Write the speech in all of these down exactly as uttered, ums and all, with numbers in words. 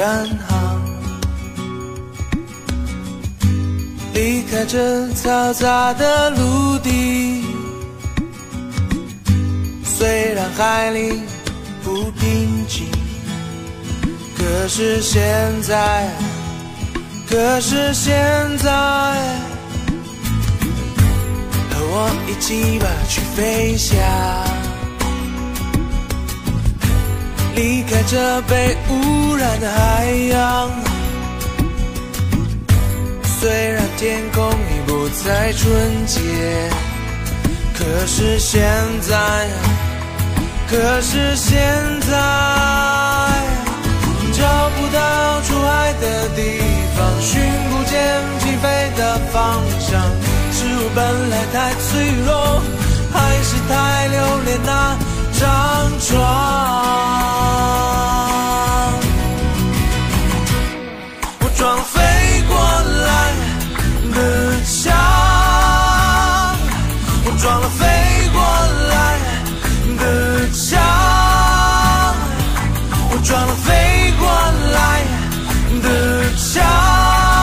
远航，离开这嘈杂的陆地。虽然海里不平静，可是现在，可是现在，和我一起吧去飞翔。离开这被污染的海洋，虽然天空已不再纯洁，可是现在，可是现在，找不到出海的地方，寻不见起飞的方向，是我本来太脆弱，还是太留恋那张床？我撞了飞过来的墙，我撞了飞过来的墙，我撞了飞过来的墙。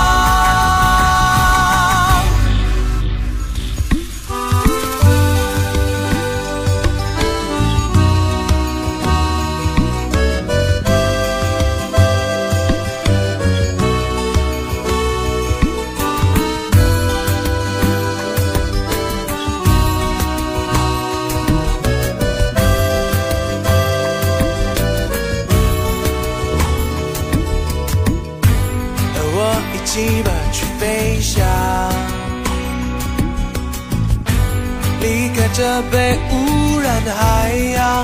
一起去飞翔，离开这被污染的海洋。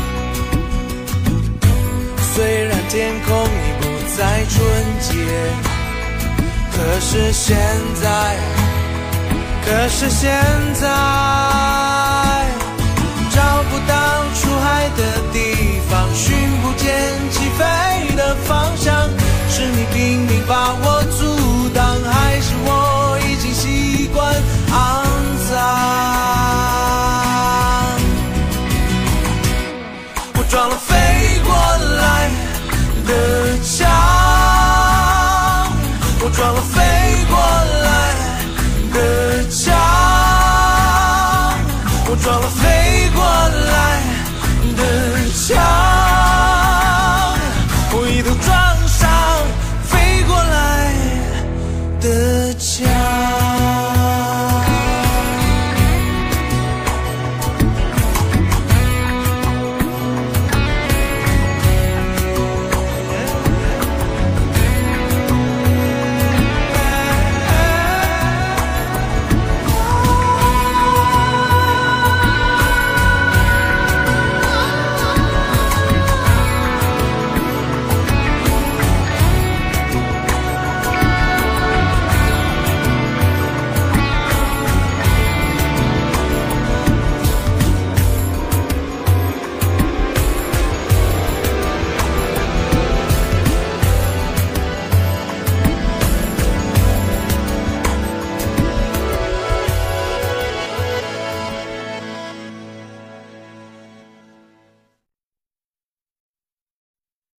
虽然天空已不再纯洁，可是现在，可是现在，找不到出海的地方，寻不见起飞的方向。是你拼命把我阻挡，还是我已经习惯肮脏？我撞了飞过来的墙，我撞了飞过来的墙，我撞了飞过来的墙。